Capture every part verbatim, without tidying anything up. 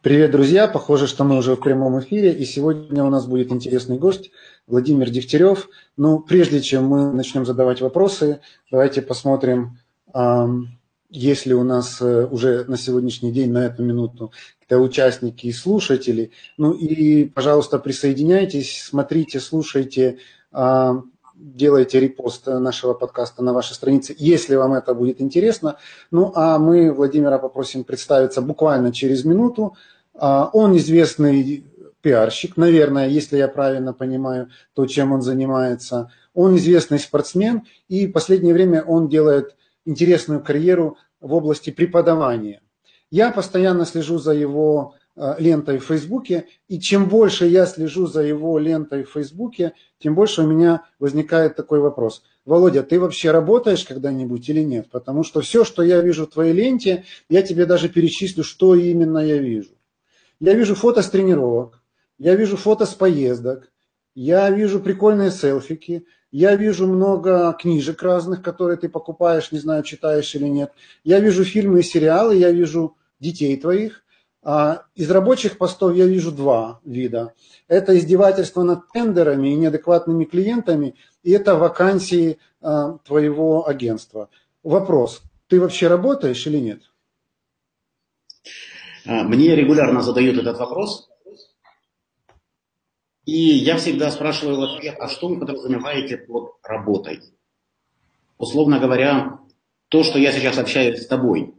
Привет, друзья! Похоже, что мы уже в прямом эфире, и сегодня у нас будет интересный гость Владимир Дегтярев. Но прежде чем мы начнем задавать вопросы, давайте посмотрим, есть ли у нас уже на сегодняшний день, на эту минуту, какие-то участники и слушатели. Ну и, пожалуйста, присоединяйтесь, смотрите, слушайте, делайте репост нашего подкаста на вашей странице, если вам это будет интересно. Ну а мы Владимира попросим представиться буквально через минуту. Он известный пиарщик, наверное, если я правильно понимаю то, чем он занимается. Он известный спортсмен, и в последнее время он делает интересную карьеру в области преподавания. Я постоянно слежу за его лентой в Фейсбуке, и чем больше я слежу за его лентой в Фейсбуке, тем больше у меня возникает такой вопрос. Володя, ты вообще работаешь когда-нибудь или нет? Потому что все, что я вижу в твоей ленте, я тебе даже перечислю, что именно я вижу. Я вижу фото с тренировок, я вижу фото с поездок, я вижу прикольные селфики, я вижу много книжек разных, которые ты покупаешь, не знаю, читаешь или нет. Я вижу фильмы и сериалы, я вижу детей твоих. Из рабочих постов я вижу два вида. Это издевательство над тендерами и неадекватными клиентами, и это вакансии твоего агентства. Вопрос, ты вообще работаешь или нет? Мне регулярно задают этот вопрос, и я всегда спрашиваю в ответ, а что вы подразумеваете под работой? Условно говоря, то, что я сейчас общаюсь с тобой.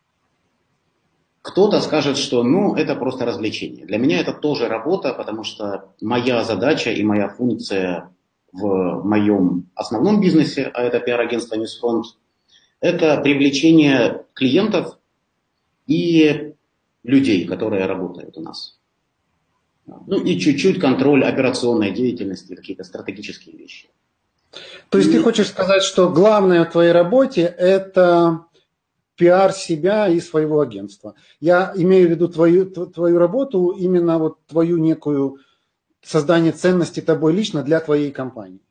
Кто-то скажет, что ну, это просто развлечение. Для меня это тоже работа, потому что моя задача и моя функция в моем основном бизнесе, а это пиар-агентство Newsfront, это привлечение клиентов и людей, которые работают у нас. Ну и чуть-чуть контроль операционной деятельности, какие-то стратегические вещи. То есть и... ты хочешь сказать, что главное в твоей работе – это пиар себя и своего агентства. Я имею в виду твою, твою работу, именно вот твою некую создание ценности тобой лично для твоей компании.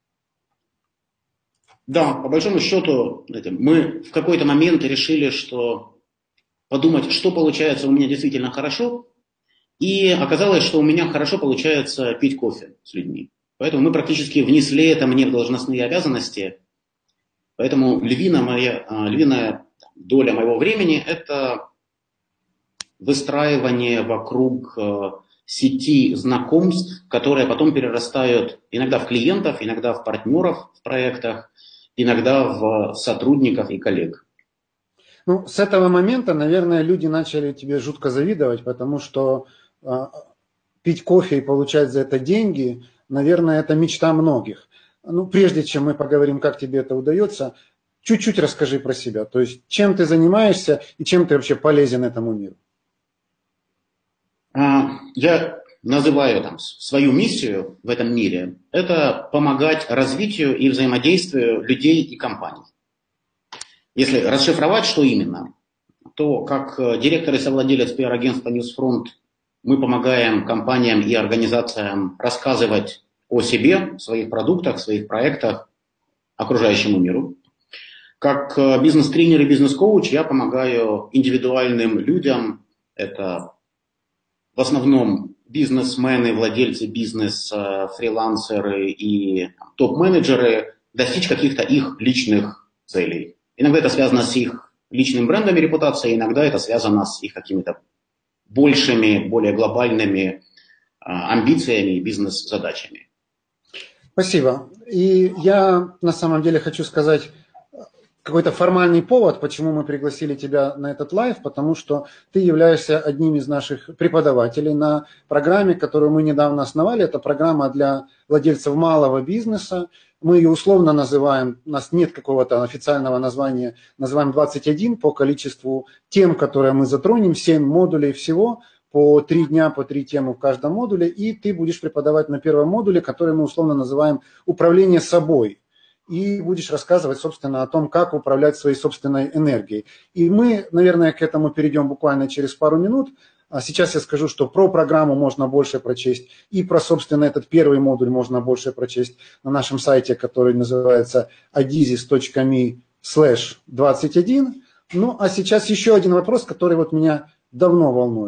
Да, по большому счету, мы в какой-то момент решили, что подумать, что получается у меня действительно хорошо, и оказалось, что у меня хорошо получается пить кофе с людьми. Поэтому мы практически внесли это мне в должностные обязанности. Поэтому львиная, моя, львиная доля моего времени – это выстраивание вокруг сети знакомств, которые потом перерастают иногда в клиентов, иногда в партнеров в проектах, иногда в сотрудников и коллег. Ну, с этого момента, наверное, люди начали тебе жутко завидовать, потому что э, пить кофе и получать за это деньги, наверное, это мечта многих. Ну, прежде чем мы поговорим, как тебе это удается, чуть-чуть расскажи про себя. То есть, чем ты занимаешься и чем ты вообще полезен этому миру? Я называю там свою миссию в этом мире – это помогать развитию и взаимодействию людей и компаний. Если расшифровать, что именно, то как директор и совладелец пиар-агентства Newsfront мы помогаем компаниям и организациям рассказывать о себе, своих продуктах, своих проектах окружающему миру. Как бизнес-тренер и бизнес-коуч я помогаю индивидуальным людям, это в основном бизнесмены, владельцы бизнеса, фрилансеры и топ-менеджеры, достичь каких-то их личных целей. Иногда это связано с их личным брендом и репутацией, иногда это связано с их какими-то большими, более глобальными а, амбициями и бизнес-задачами. Спасибо. И я на самом деле хочу сказать какой-то формальный повод, почему мы пригласили тебя на этот лайв, потому что ты являешься одним из наших преподавателей на программе, которую мы недавно основали. Это программа для владельцев малого бизнеса. Мы ее условно называем, у нас нет какого-то официального названия, называем двадцать один по количеству тем, которые мы затронем, семь модулей всего, по три дня, по три темы в каждом модуле, и ты будешь преподавать на первом модуле, который мы условно называем «Управление собой». И будешь рассказывать, собственно, о том, как управлять своей собственной энергией. И мы, наверное, к этому перейдем буквально через пару минут. А сейчас я скажу, что про программу можно больше прочесть, и про, собственно, этот первый модуль можно больше прочесть на нашем сайте, который называется adizis точка me слэш двадцать один. Ну, а сейчас еще один вопрос, который вот меня давно волнует.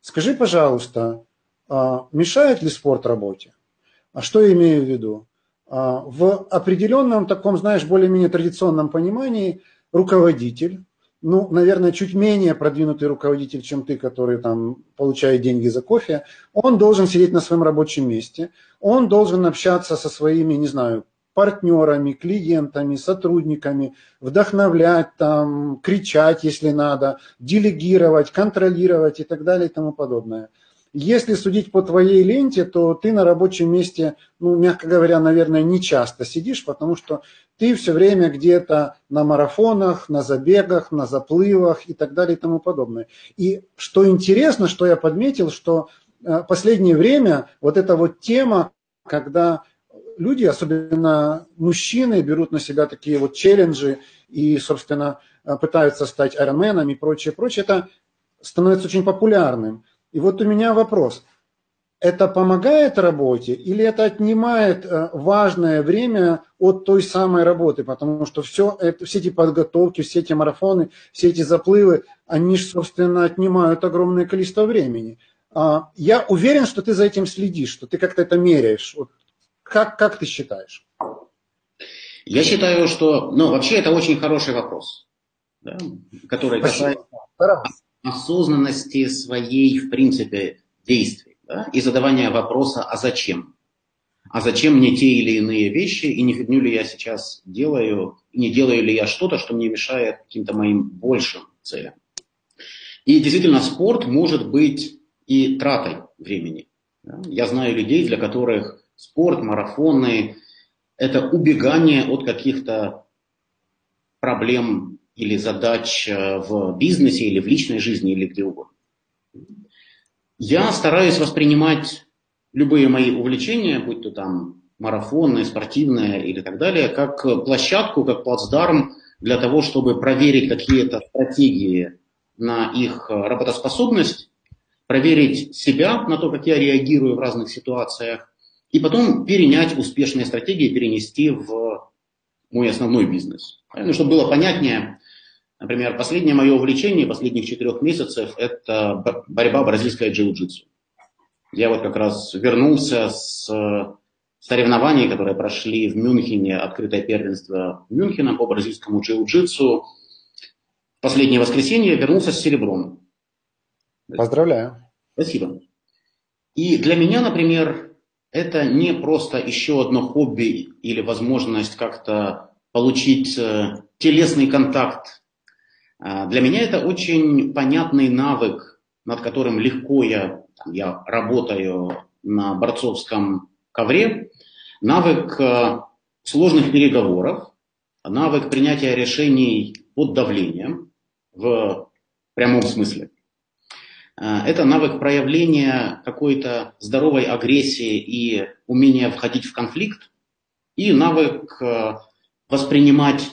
Скажи, пожалуйста, мешает ли спорт работе? А что я имею в виду? В определенном таком, знаешь, более-менее традиционном понимании руководитель, ну, наверное, чуть менее продвинутый руководитель, чем ты, который там получает деньги за кофе, он должен сидеть на своем рабочем месте, он должен общаться со своими, не знаю, партнерами, клиентами, сотрудниками, вдохновлять, там, кричать, если надо, делегировать, контролировать и так далее и тому подобное. Если судить по твоей ленте, то ты на рабочем месте, ну, мягко говоря, наверное, не часто сидишь, потому что ты все время где-то на марафонах, на забегах, на заплывах и так далее и тому подобное. И что интересно, что я подметил, что в последнее время вот эта вот тема, когда люди, особенно мужчины, берут на себя такие вот челленджи и, собственно, пытаются стать айронменами и прочее, прочее, это становится очень популярным. И вот у меня вопрос. Это помогает работе или это отнимает важное время от той самой работы? Потому что все, это, все эти подготовки, все эти марафоны, все эти заплывы, они же, собственно, отнимают огромное количество времени. Я уверен, что ты за этим следишь, что ты как-то это меряешь. Вот как, как ты считаешь? Я считаю, что... Ну, вообще, это очень хороший вопрос, да, который Спасибо. касается осознанности своей, в принципе, действий, да, и задавания вопроса, а зачем? А зачем мне те или иные вещи, и не фигню ли я сейчас делаю, не делаю ли я что-то, что мне мешает каким-то моим большим целям. И действительно, спорт может быть и тратой времени. Да. Я знаю людей, для которых спорт, марафоны – это убегание от каких-то проблем или задач в бизнесе, или в личной жизни, или где угодно. Я стараюсь воспринимать любые мои увлечения, будь то там марафоны, спортивные или так далее, как площадку, как плацдарм для того, чтобы проверить какие-то стратегии на их работоспособность, проверить себя на то, как я реагирую в разных ситуациях, и потом перенять успешные стратегии, перенести в мой основной бизнес. Ну, чтобы было понятнее, например, последнее мое увлечение последних четырех месяцев – это борьба бразильское джиу-джитсу. Я вот как раз вернулся с соревнований, которые прошли в Мюнхене, открытое первенство Мюнхена по бразильскому джиу-джитсу. В последнее воскресенье вернулся с серебром. Поздравляю. Спасибо. И для меня, например, это не просто еще одно хобби или возможность как-то получить телесный контакт. Для меня это очень понятный навык, над которым легко я, там, я работаю на борцовском ковре. Навык сложных переговоров, навык принятия решений под давлением в прямом смысле. Это навык проявления какой-то здоровой агрессии и умения входить в конфликт, и навык воспринимать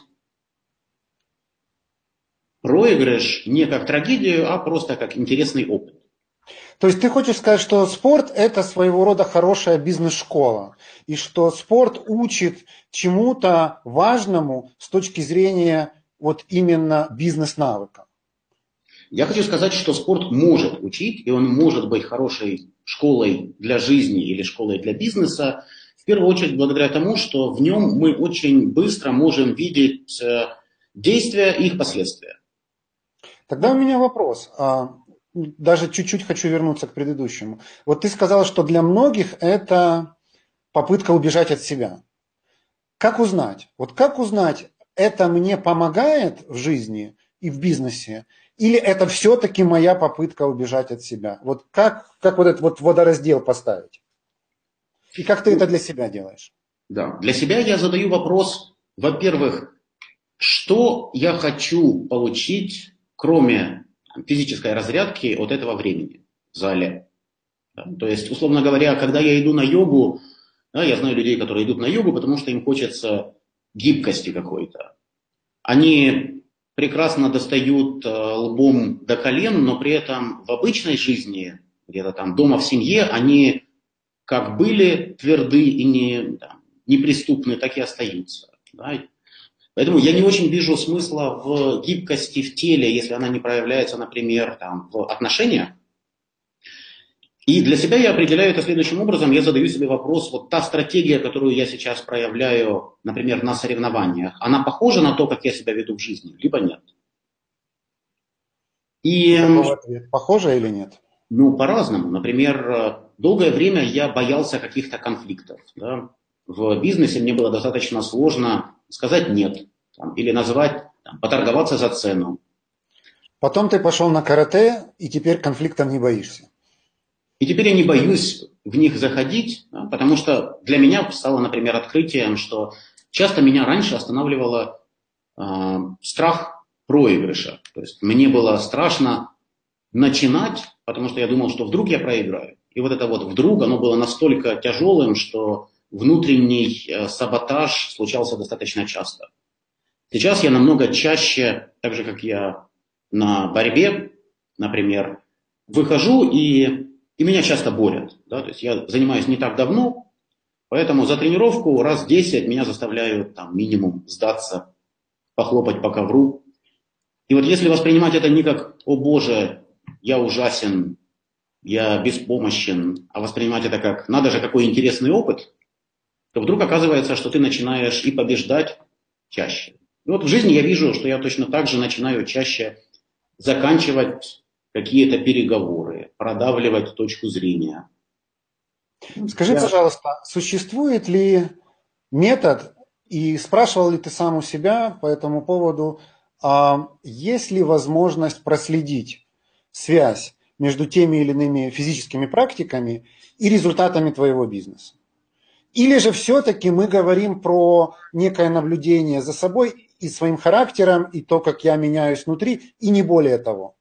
проигрыш не как трагедию, а просто как интересный опыт. То есть ты хочешь сказать, что спорт – это своего рода хорошая бизнес-школа, и что спорт учит чему-то важному с точки зрения вот именно бизнес-навыка? Я хочу сказать, что спорт может учить, и он может быть хорошей школой для жизни или школой для бизнеса, в первую очередь благодаря тому, что в нем мы очень быстро можем видеть действия и их последствия. Тогда у меня вопрос. Даже чуть-чуть хочу вернуться к предыдущему. Вот ты сказал, что для многих это попытка убежать от себя. Как узнать? Вот как узнать, это мне помогает в жизни и в бизнесе, или это все-таки моя попытка убежать от себя? Вот как, как вот этот вот водораздел поставить? И как ты это для себя делаешь? Да, для себя я задаю вопрос, во-первых, что я хочу получить, кроме физической разрядки от этого времени в зале. Да? То есть, условно говоря, когда я иду на йогу, да, я знаю людей, которые идут на йогу, потому что им хочется гибкости какой-то. Они прекрасно достают э, лбом до колен, но при этом в обычной жизни, где-то там дома в семье, они как были тверды и не, да, неприступны, так и остаются. Да? Поэтому я не очень вижу смысла в гибкости в теле, если она не проявляется, например, там, в отношениях. И для себя я определяю это следующим образом. Я задаю себе вопрос, вот та стратегия, которую я сейчас проявляю, например, на соревнованиях, она похожа на то, как я себя веду в жизни, либо нет? И, Каков ответ? Похоже или нет? ну, по-разному. Например, долгое время я боялся каких-то конфликтов. Да? В бизнесе мне было достаточно сложно сказать «нет» там, или назвать, там, поторговаться за цену. Потом ты пошел на карате, и теперь конфликтов не боишься. И теперь я не боюсь в них заходить, да, потому что для меня стало, например, открытием, что часто меня раньше останавливало э, страх проигрыша. То есть мне было страшно начинать, потому что я думал, что вдруг я проиграю. И вот это вот вдруг, оно было настолько тяжелым, что внутренний э, саботаж случался достаточно часто. Сейчас я намного чаще, так же как я на борьбе, например, выхожу и, и меня часто борют. Да? То есть я занимаюсь не так давно, поэтому за тренировку раз десять меня заставляют там, минимум сдаться, похлопать по ковру. И вот если воспринимать это не как «О боже, я ужасен, я беспомощен», а воспринимать это как «надо же, какой интересный опыт», то вдруг оказывается, что ты начинаешь и побеждать чаще. И вот в жизни я вижу, что я точно так же начинаю чаще заканчивать какие-то переговоры, продавливать точку зрения. Скажи, Я... пожалуйста, существует ли метод, и спрашивал ли ты сам у себя по этому поводу, а есть ли возможность проследить связь между теми или иными физическими практиками и результатами твоего бизнеса? Или же все-таки мы говорим про некое наблюдение за собой и своим характером, и то, как я меняюсь внутри, и не более того?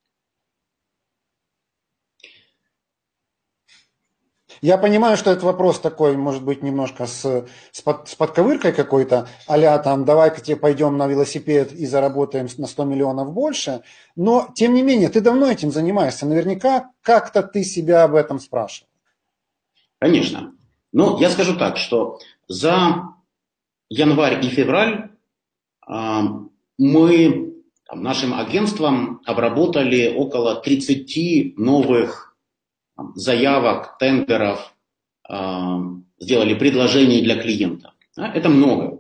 Я понимаю, что этот вопрос такой, может быть, немножко с, с, под, с подковыркой какой-то, а-ля там, давай-ка тебе пойдем на велосипед и заработаем на сто миллионов больше, но, тем не менее, ты давно этим занимаешься, наверняка как-то ты себя об этом спрашивал. Конечно. Ну, я скажу так, что за январь и февраль э, мы там, нашим агентством обработали около тридцати новых заявок, тендеров, э, сделали предложений для клиентов. Да? Это много.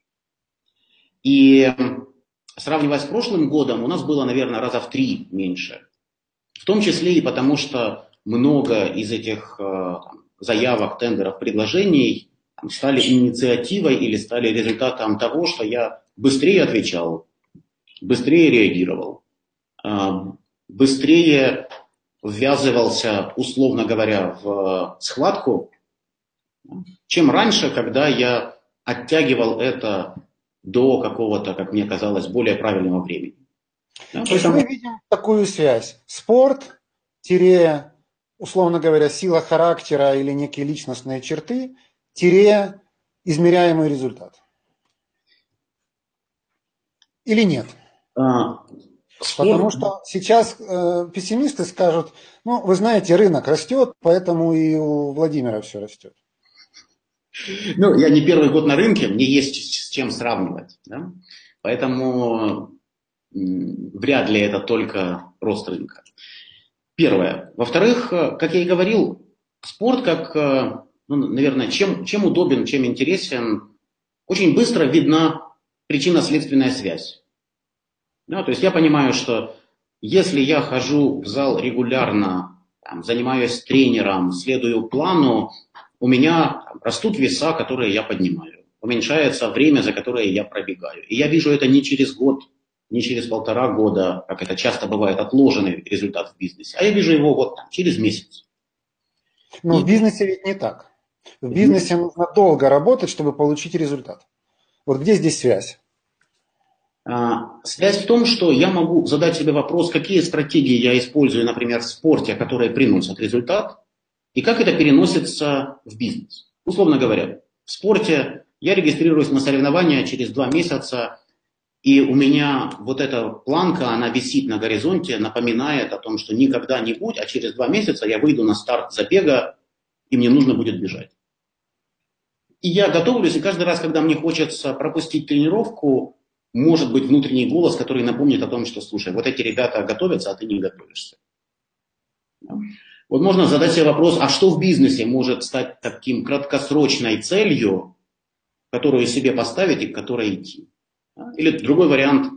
И сравнивая с прошлым годом, у нас было, наверное, раза в три меньше. В том числе и потому, что много из этих э, там, заявок, тендеров, предложений там, стали инициативой или стали результатом того, что я быстрее отвечал, быстрее реагировал, э, быстрее ввязывался, условно говоря, в схватку, чем раньше, когда я оттягивал это до какого-то, как мне казалось, более правильного времени. Да, То поэтому... есть мы видим такую связь. Спорт, тире, условно говоря, сила характера или некие личностные черты, тире, измеряемый результат. Или нет? А... Спорт... Потому что сейчас э, пессимисты скажут, ну, вы знаете, рынок растет, поэтому и у Владимира все растет. Ну, я не первый год на рынке, мне есть с чем сравнивать. Да? Поэтому м, вряд ли это только рост рынка. Первое. Во-вторых, как я и говорил, спорт как, ну, наверное, чем, чем удобен, чем интересен, очень быстро видна причинно-следственная связь. Да, то есть я понимаю, что если я хожу в зал регулярно, там, занимаюсь тренером, следую плану, у меня там, растут веса, которые я поднимаю, уменьшается время, за которое я пробегаю. И я вижу это не через год, не через полтора года, как это часто бывает, отложенный результат в бизнесе, а я вижу его вот там, через месяц. Но И... в бизнесе ведь не так. В бизнесе нужно долго работать, чтобы получить результат. Вот где здесь связь? Связь в том, что я могу задать себе вопрос, какие стратегии я использую, например, в спорте, которые приносят результат, и как это переносится в бизнес. Условно говоря, в спорте я регистрируюсь на соревнования через два месяца, и у меня вот эта планка, она висит на горизонте, напоминает о том, что никогда-нибудь, а через два месяца я выйду на старт забега, и мне нужно будет бежать. И я готовлюсь, и каждый раз, когда мне хочется пропустить тренировку, может быть внутренний голос, который напомнит о том, что, слушай, вот эти ребята готовятся, а ты не готовишься. Вот можно задать себе вопрос, а что в бизнесе может стать таким краткосрочной целью, которую себе поставить и к которой идти? Или другой вариант,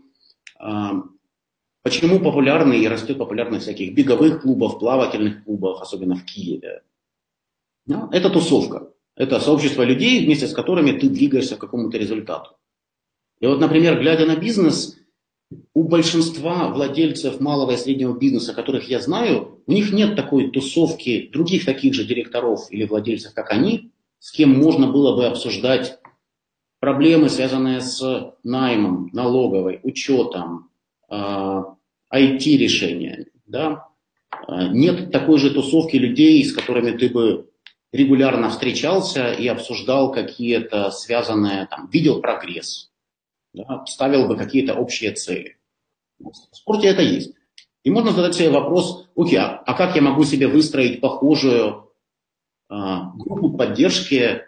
почему популярны и растет популярность всяких беговых клубов, плавательных клубов, особенно в Киеве? Это тусовка, это сообщество людей, вместе с которыми ты двигаешься к какому-то результату. И вот, например, глядя на бизнес, у большинства владельцев малого и среднего бизнеса, которых я знаю, у них нет такой тусовки других таких же директоров или владельцев, как они, с кем можно было бы обсуждать проблемы, связанные с наймом, налоговой, учетом, ай ти-решениями. Да? Нет такой же тусовки людей, с которыми ты бы регулярно встречался и обсуждал какие-то связанные, там, видел прогресс. Да, ставил бы какие-то общие цели. В спорте это есть. И можно задать себе вопрос, окей, а, а как я могу себе выстроить похожую а, группу поддержки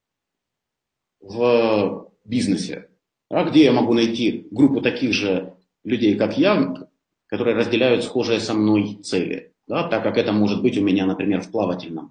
в бизнесе? А где я могу найти группу таких же людей, как я, которые разделяют схожие со мной цели? Да, так как это может быть у меня, например, в плавательном.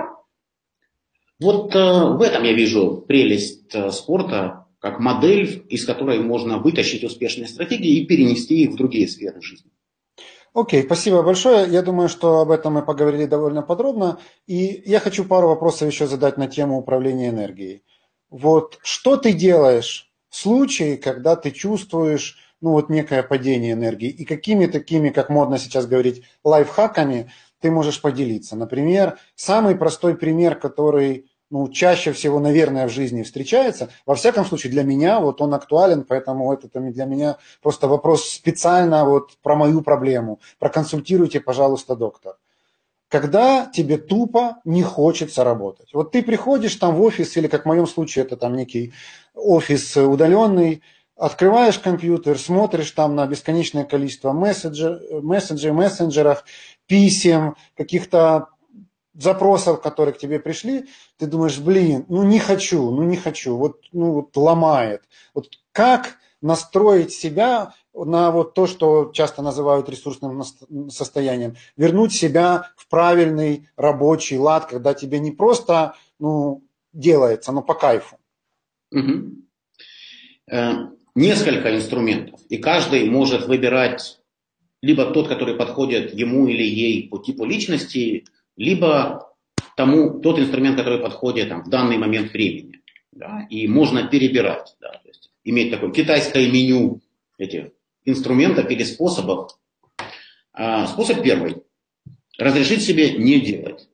Вот а, в этом я вижу прелесть а, спорта, как модель, из которой можно вытащить успешные стратегии и перенести их в другие сферы жизни. Окей, okay, спасибо большое. Я думаю, что об этом мы поговорили довольно подробно. И я хочу пару вопросов еще задать на тему управления энергией. Вот что ты делаешь в случае, когда ты чувствуешь, ну, вот некое падение энергии? И какими такими, как модно сейчас говорить, лайфхаками ты можешь поделиться? Например, самый простой пример, который... ну, чаще всего, наверное, в жизни встречается. Во всяком случае, для меня вот он актуален, поэтому это для меня просто вопрос специально вот про мою проблему. Проконсультируйте, пожалуйста, доктор. Когда тебе тупо не хочется работать. Вот ты приходишь там в офис, или как в моем случае, это там некий офис удаленный, открываешь компьютер, смотришь там на бесконечное количество мессенджер, мессенджеров, мессенджеров, писем, каких-то запросов, которые к тебе пришли, ты думаешь, блин, ну не хочу, ну не хочу, вот, ну, вот ломает. Вот как настроить себя на вот то, что часто называют ресурсным состоянием, вернуть себя в правильный рабочий лад, когда тебе не просто, ну, делается, но по кайфу. Угу. Э, несколько инструментов, и каждый может выбирать либо тот, который подходит ему или ей по типу личности, либо тому, тот инструмент, который подходит там, в данный момент времени. Да, и можно перебирать, да, то есть иметь такое китайское меню этих инструментов или способов. А, способ первый. Разрешить себе не делать.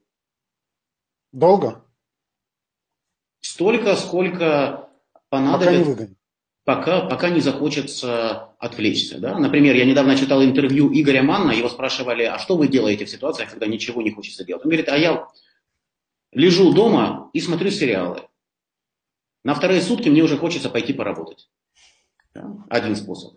Долго? Столько, сколько понадобится. Пока не выгонят. Пока, пока не захочется отвлечься. Да? Например, я недавно читал интервью Игоря Манна, его спрашивали, а что вы делаете в ситуациях, когда ничего не хочется делать? Он говорит, а я лежу дома и смотрю сериалы. На вторые сутки мне уже хочется пойти поработать. Да? Один способ.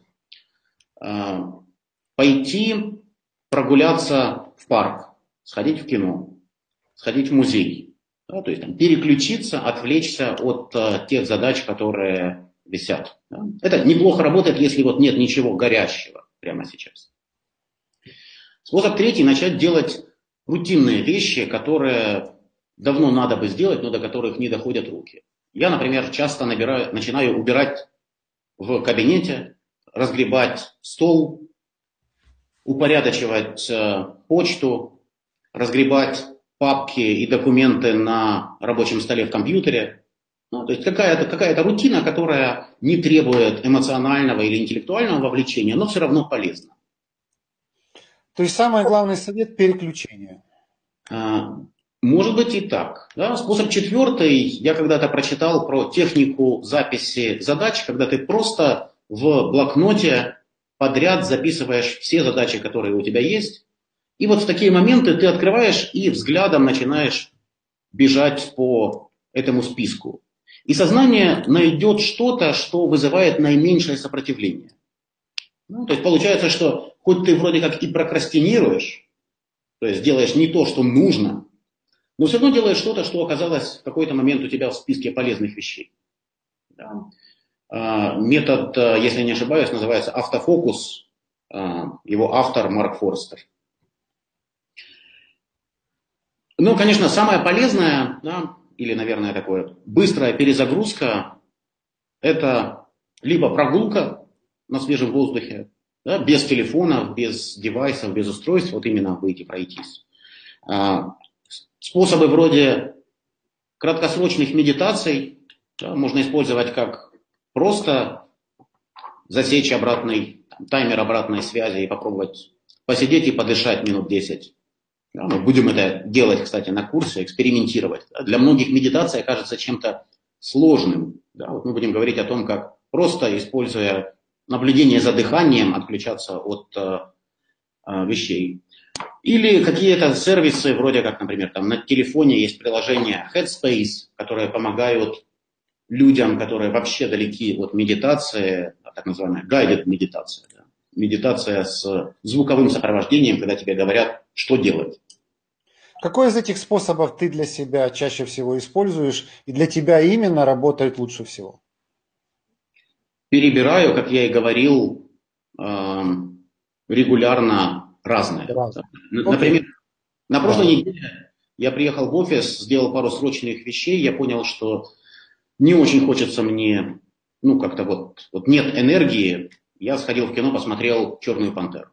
Пойти прогуляться в парк, сходить в кино, сходить в музей. Да? То есть там, переключиться, отвлечься от uh, тех задач, которые... висят. Да? Это неплохо работает, если вот нет ничего горящего прямо сейчас. Способ третий – начать делать рутинные вещи, которые давно надо бы сделать, но до которых не доходят руки. Я, например, часто набираю, начинаю убирать в кабинете, разгребать стол, упорядочивать э, почту, разгребать папки и документы на рабочем столе в компьютере. Ну, то есть какая-то, какая-то рутина, которая не требует эмоционального или интеллектуального вовлечения, но все равно полезна. То есть самый главный совет – переключение. А, может быть и так. Да? Способ четвертый, я когда-то прочитал про технику записи задач, когда ты просто в блокноте подряд записываешь все задачи, которые у тебя есть, и вот в такие моменты ты открываешь и взглядом начинаешь бежать по этому списку. И сознание найдет что-то, что вызывает наименьшее сопротивление. Ну, то есть получается, что хоть ты вроде как и прокрастинируешь, то есть делаешь не то, что нужно, но все равно делаешь что-то, что оказалось в какой-то момент у тебя в списке полезных вещей. Да. А, метод, если не ошибаюсь, называется автофокус. А, его автор Марк Форстер. Ну, конечно, самое полезное, да, или, наверное, такое быстрая перезагрузка, это либо прогулка на свежем воздухе, да, без телефонов, без девайсов, без устройств, вот именно выйти пройтись. А, способы вроде краткосрочных медитаций, да, можно использовать как просто засечь обратный таймер обратной связи и попробовать посидеть и подышать минут десять. Да, мы будем это делать, кстати, на курсе, экспериментировать. Да. Для многих медитация кажется чем-то сложным. Да. Вот мы будем говорить о том, как просто, используя наблюдение за дыханием, отключаться от э, э, вещей. Или какие-то сервисы, вроде как, например, там на телефоне есть приложение Headspace, которые помогают людям, которые вообще далеки от медитации, так называемая guided медитация. Да. Медитация с звуковым сопровождением, когда тебе говорят, что делать. Какой из этих способов ты для себя чаще всего используешь и для тебя именно работает лучше всего? Перебираю, как я и говорил, регулярно разные. Разные. Например, Окей. на прошлой Да. неделе я приехал в офис, сделал пару срочных вещей, я понял, что не очень хочется мне, ну как-то вот, вот нет энергии, я сходил в кино, посмотрел «Черную пантеру».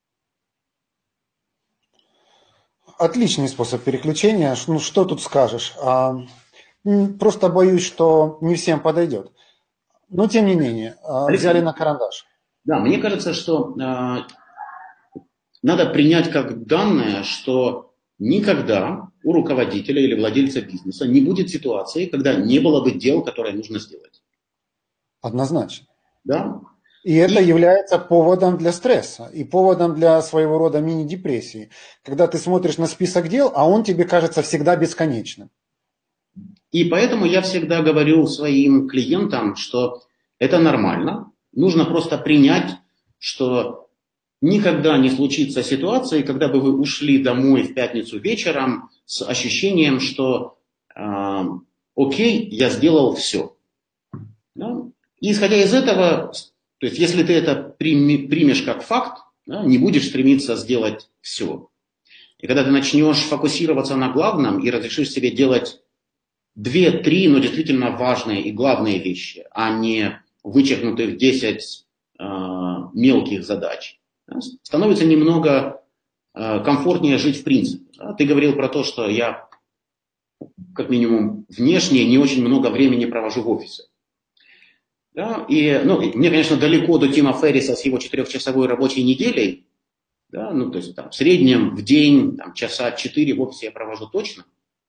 Отличный способ переключения. Ну, что тут скажешь? А, просто боюсь, что не всем подойдет. Но, тем не менее, взяли на карандаш. Да, мне кажется, что э, надо принять как данное, что никогда у руководителя или владельца бизнеса не будет ситуации, когда не было бы дел, которые нужно сделать. Однозначно. Да? И это И... является поводом для стресса и поводом для своего рода мини-депрессии. Когда ты смотришь на список дел, а он тебе кажется всегда бесконечным. И поэтому я всегда говорю своим клиентам, что это нормально. Нужно просто принять, что никогда не случится ситуации, когда бы вы ушли домой в пятницу вечером с ощущением, что э, окей, я сделал все. Да? И исходя из этого, то есть если ты это примешь как факт, да, не будешь стремиться сделать все. И когда ты начнешь фокусироваться на главном и разрешишь себе делать две-три, но действительно важные и главные вещи, а не вычеркнутых десять э, мелких задач, да, становится немного э, комфортнее жить в принципе. Да. Ты говорил про то, что я, как минимум, внешне не очень много времени провожу в офисе. Да, и, ну, мне, конечно, далеко до Тима Ферриса с его четырехчасовой рабочей неделей. Да, ну, то есть там, в среднем в день там, часа четыре в офисе я провожу точно.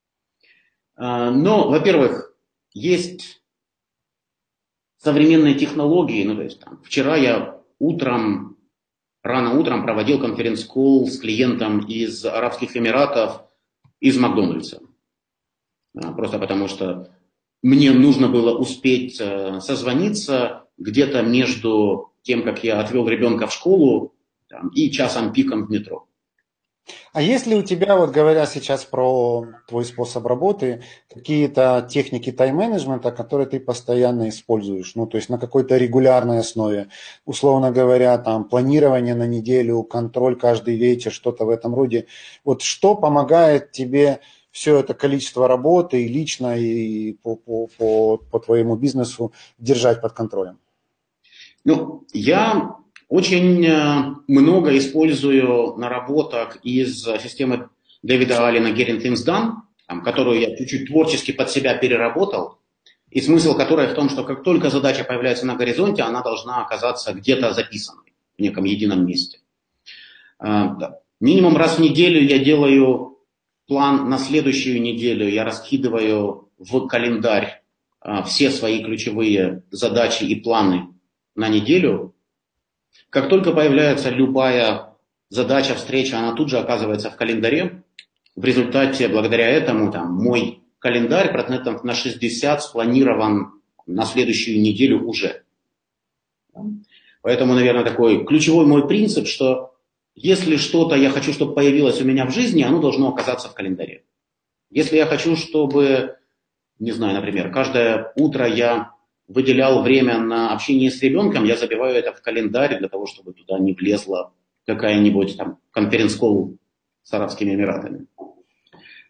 Но, во-первых, есть современные технологии. Ну, то есть, там, вчера я утром, рано утром проводил конференц-колл с клиентом из Арабских Эмиратов из Макдональдса. Просто потому что мне нужно было успеть созвониться где-то между тем, как я отвел ребенка в школу, там, и часом пиком в метро. А есть ли у тебя, вот говоря сейчас про твой способ работы, какие-то техники тайм-менеджмента, которые ты постоянно используешь? Ну, то есть на какой-то регулярной основе, условно говоря, там планирование на неделю, контроль каждый вечер, что-то в этом роде. Вот что помогает тебе все это количество работы и лично, и по, по, по, по твоему бизнесу держать под контролем? Ну, я очень много использую наработок из системы Дэвида Аллена Getting Things Done, там, которую я чуть-чуть творчески под себя переработал, и смысл которой в том, что как только задача появляется на горизонте, она должна оказаться где-то записанной в неком едином месте. Минимум раз в неделю я делаю план на следующую неделю, я раскидываю в календарь все свои ключевые задачи и планы на неделю. Как только появляется любая задача, встреча, она тут же оказывается в календаре. В результате, благодаря этому, там, мой календарь процентов на шестьдесят спланирован на следующую неделю уже. Поэтому, наверное, такой ключевой мой принцип, что если что-то я хочу, чтобы появилось у меня в жизни, оно должно оказаться в календаре. Если я хочу, чтобы, не знаю, например, каждое утро я выделял время на общение с ребенком, я забиваю это в календарь для того, чтобы туда не влезла какая-нибудь там конференц-колл с Арабскими Эмиратами.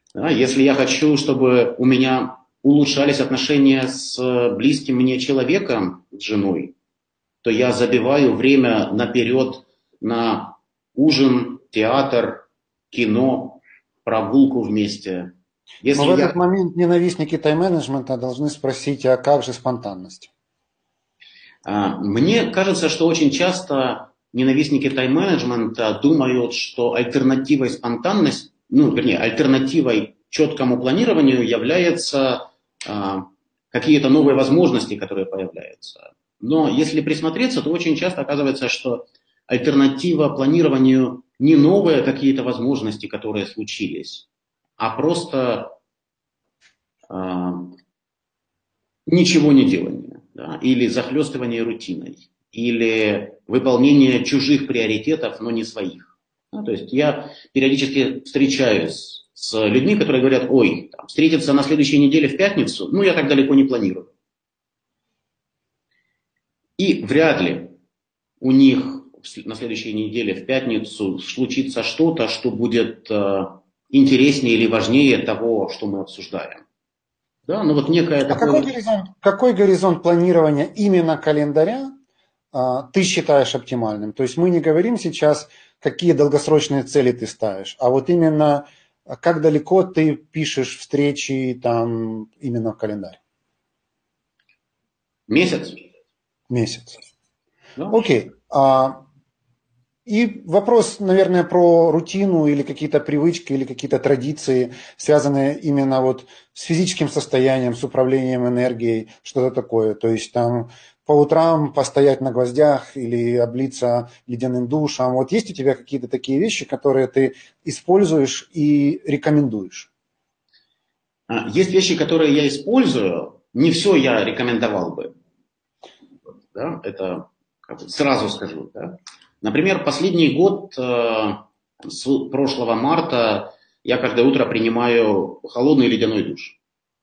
Да, если я хочу, чтобы у меня улучшались отношения с близким мне человеком, с женой, то я забиваю время наперед на ужин, театр, кино, прогулку вместе. Но Если в этот я... момент ненавистники тайм-менеджмента должны спросить, а как же спонтанность? Мне кажется, что очень часто ненавистники тайм-менеджмента думают, что альтернативой спонтанности, ну, вернее, альтернативой четкому планированию являются а, какие-то новые возможности, которые появляются. Но если присмотреться, то очень часто оказывается, что альтернатива планированию не новые какие-то возможности, которые случились, а просто а, ничего не делание, да, или захлестывание рутиной, или выполнение чужих приоритетов, но не своих. Да, то есть я периодически встречаюсь с людьми, которые говорят: ой, там, встретиться на следующей неделе в пятницу, ну я так далеко не планирую. И вряд ли у них на следующей неделе в пятницу случится что-то, что будет э, интереснее или важнее того, что мы обсуждаем. Да, ну вот некое А такое какой вот... горизонт, какой горизонт планирования именно календаря а, ты считаешь оптимальным? То есть мы не говорим сейчас, какие долгосрочные цели ты ставишь, а вот именно а, как далеко ты пишешь встречи там именно в календарь? Месяц. Месяц. Да? Окей. А, и вопрос, наверное, про рутину или какие-то привычки, или какие-то традиции, связанные именно вот с физическим состоянием, с управлением энергией, что-то такое. То есть там по утрам постоять на гвоздях или облиться ледяным душем. Вот есть у тебя какие-то такие вещи, которые ты используешь и рекомендуешь? Есть вещи, которые я использую, не все я рекомендовал бы. Да? Это как бы сразу скажу. Да? Например, последний год, э, с прошлого марта, я каждое утро принимаю холодный ледяной душ.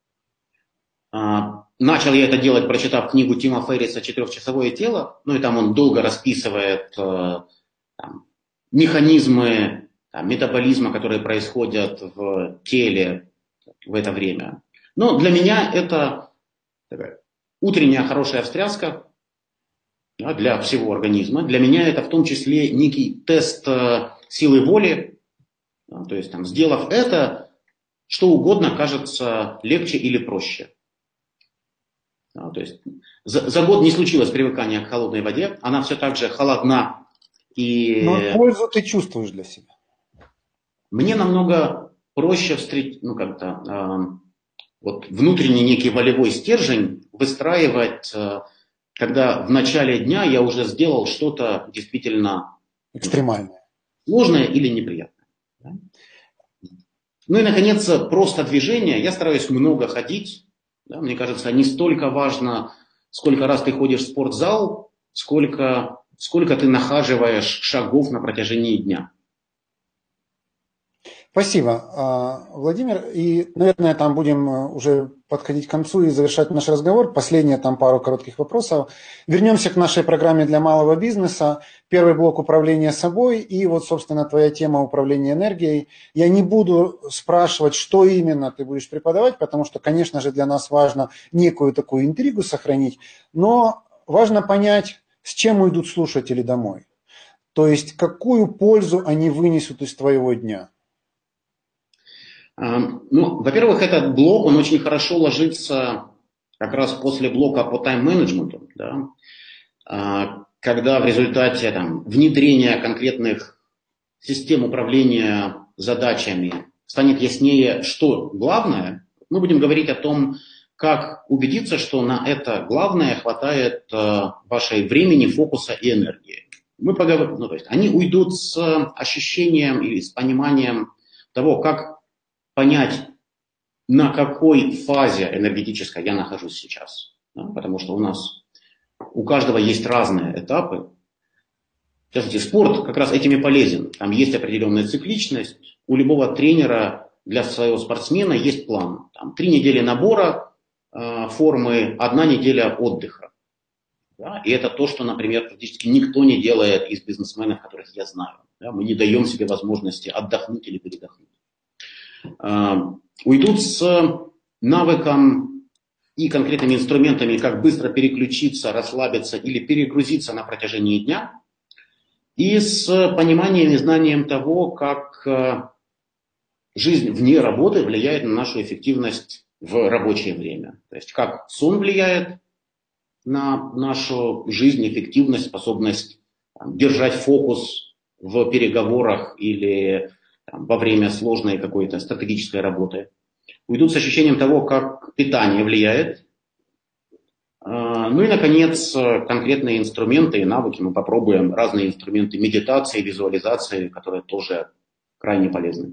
А, начал я это делать, прочитав книгу Тима Ферриса «Четырехчасовое тело». Ну и там он долго расписывает э, там, механизмы там, метаболизма, которые происходят в теле в это время. Но для меня это такая утренняя хорошая встряска, да, для всего организма. Для меня это в том числе некий тест э, силы воли. Да, то есть, там, сделав это, что угодно кажется легче или проще. Да, то есть, за, за год не случилось привыкания к холодной воде. Она все так же холодна. Но И пользу ты чувствуешь для себя. мне намного проще встретить, ну, как-то, э, вот внутренний некий волевой стержень выстраивать, э, когда в начале дня я уже сделал что-то действительно, ну, Экстремальное. сложное или неприятное. Да? Ну и, наконец, просто движение. Я стараюсь много ходить. Да? Мне кажется, не столько важно, сколько раз ты ходишь в спортзал, сколько, сколько ты нахаживаешь шагов на протяжении дня. Спасибо, Владимир. И, наверное, там будем уже подходить к концу и завершать наш разговор. Последние там пару коротких вопросов. Вернемся к нашей программе для малого бизнеса. Первый блок — управление собой. И вот, собственно, твоя тема — управление энергией. Я не буду спрашивать, что именно ты будешь преподавать, потому что, конечно же, для нас важно некую такую интригу сохранить. Но важно понять, с чем уйдут слушатели домой. То есть, какую пользу они вынесут из твоего дня. Ну, во-первых, этот блок, он очень хорошо ложится как раз после блока по тайм-менеджменту, да, когда в результате там, внедрения конкретных систем управления задачами станет яснее, что главное, мы будем говорить о том, как убедиться, что на это главное хватает э, вашей времени, фокуса и энергии. Мы поговорим, ну, то есть они уйдут с ощущением или с пониманием того, как понять, на какой фазе энергетической я нахожусь сейчас. Да? Потому что у нас, у каждого есть разные этапы. В частности, спорт как раз этим и полезен. Там есть определенная цикличность. У любого тренера для своего спортсмена есть план. Там, три недели набора э, формы, одна неделя отдыха. Да? И это то, что, например, практически никто не делает из бизнесменов, которых я знаю. Да? Мы не даем себе возможности отдохнуть или передохнуть. уйдут с навыком и конкретными инструментами, как быстро переключиться, расслабиться или перегрузиться на протяжении дня, и с пониманием и знанием того, как жизнь вне работы влияет на нашу эффективность в рабочее время. То есть как сон влияет на нашу жизнь, эффективность, способность там, держать фокус в переговорах или там, во время сложной какой-то стратегической работы. Уйдут с ощущением того, как питание влияет. Ну и, наконец, конкретные инструменты и навыки. Мы попробуем разные инструменты медитации, визуализации, которые тоже крайне полезны.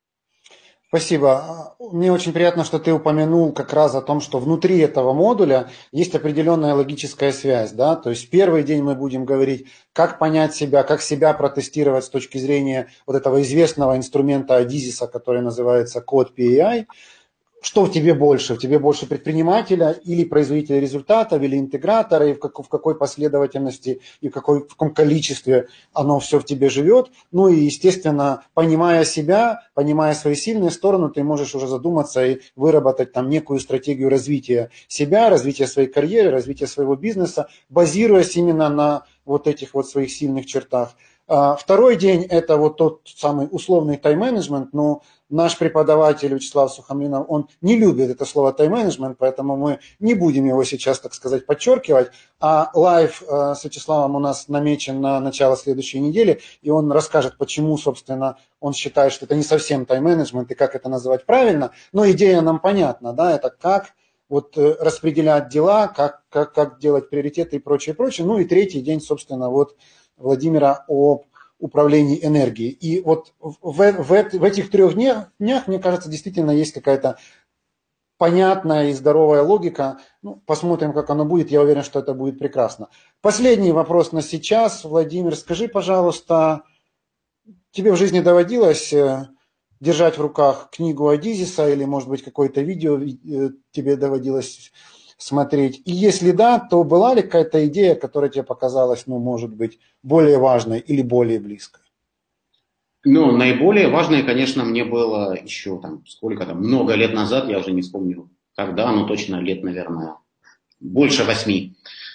Спасибо. Мне очень приятно, что ты упомянул как раз о том, что внутри этого модуля есть определенная логическая связь. Да? То есть первый день мы будем говорить, как понять себя, как себя протестировать с точки зрения вот этого известного инструмента Адизиса, который называется код пи эй ай. Что в тебе больше? В тебе больше предпринимателя или производителя результатов, или интегратора, и в, как, в какой последовательности, и в, какой, в каком количестве оно все в тебе живет. Ну и, естественно, понимая себя, понимая свои сильные стороны, ты можешь уже задуматься и выработать там некую стратегию развития себя, развития своей карьеры, развития своего бизнеса, базируясь именно на вот этих вот своих сильных чертах. Второй день – это вот тот самый условный тайм-менеджмент, но наш преподаватель Вячеслав Сухомлинов, он не любит это слово тайм-менеджмент, поэтому мы не будем его сейчас, так сказать, подчеркивать. А лайв с Вячеславом у нас намечен на начало следующей недели, и он расскажет, почему, собственно, он считает, что это не совсем тайм-менеджмент и как это называть правильно. Но идея нам понятна, да, это как вот распределять дела, как, как, как делать приоритеты и прочее, прочее. Ну и третий день, собственно, вот Владимира об управлении энергией. И вот в, в, в этих трех днях, днях, мне кажется, действительно есть какая-то понятная и здоровая логика. Ну, посмотрим, как оно будет. Я уверен, что это будет прекрасно. Последний вопрос на сейчас. Владимир, скажи, пожалуйста, тебе в жизни доводилось держать в руках книгу Адизиса или, может быть, какое-то видео тебе доводилось смотреть? И если да, то была ли какая-то идея, которая тебе показалась, ну, может быть, более важной или более близкой? Ну, наиболее важное, конечно, мне было еще там, сколько там, много лет назад, я уже не вспомню, когда, но точно лет, наверное, больше восьми.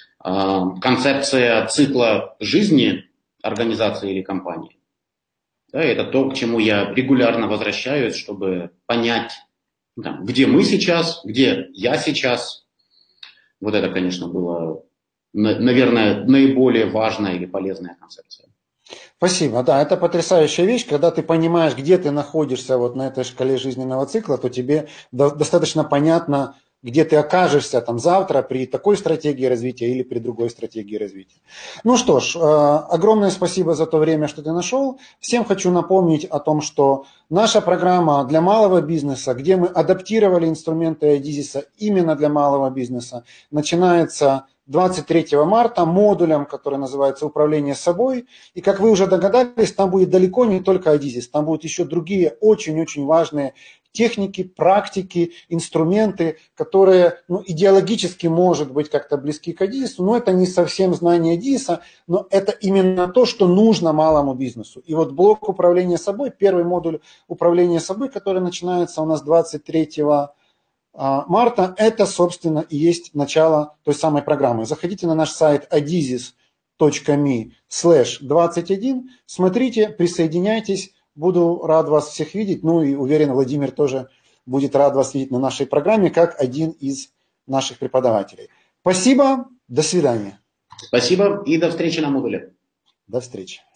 Концепция цикла жизни организации или компании. Да, это то, к чему я регулярно возвращаюсь, чтобы понять, да, где мы сейчас, где я сейчас. Вот это, конечно, было, наверное, наиболее важная или полезная концепция. Спасибо. Да, это потрясающая вещь. Когда ты понимаешь, где ты находишься вот на этой шкале жизненного цикла, то тебе достаточно понятно, где ты окажешься там завтра при такой стратегии развития или при другой стратегии развития. Ну что ж, огромное спасибо за то время, что ты нашел. Всем хочу напомнить о том, что наша программа для малого бизнеса, где мы адаптировали инструменты Адизиса именно для малого бизнеса, начинается двадцать третьего марта модулем, который называется «Управление собой». И, как вы уже догадались, там будет далеко не только Адизис, там будут еще другие очень-очень важные техники, практики, инструменты, которые ну, идеологически, может быть, как-то близки к Адизису, но это не совсем знание Адизиса, но это именно то, что нужно малому бизнесу. И вот блок управления собой, первый модуль управления собой, который начинается у нас двадцать третьего марта, это, собственно, и есть начало той самой программы. Заходите на наш сайт адизис точка ми слэш двадцать один, смотрите, присоединяйтесь. Буду рад вас всех видеть, ну и уверен, Владимир тоже будет рад вас видеть на нашей программе, как один из наших преподавателей. Спасибо, до свидания. Спасибо и до встречи на модуле. До встречи.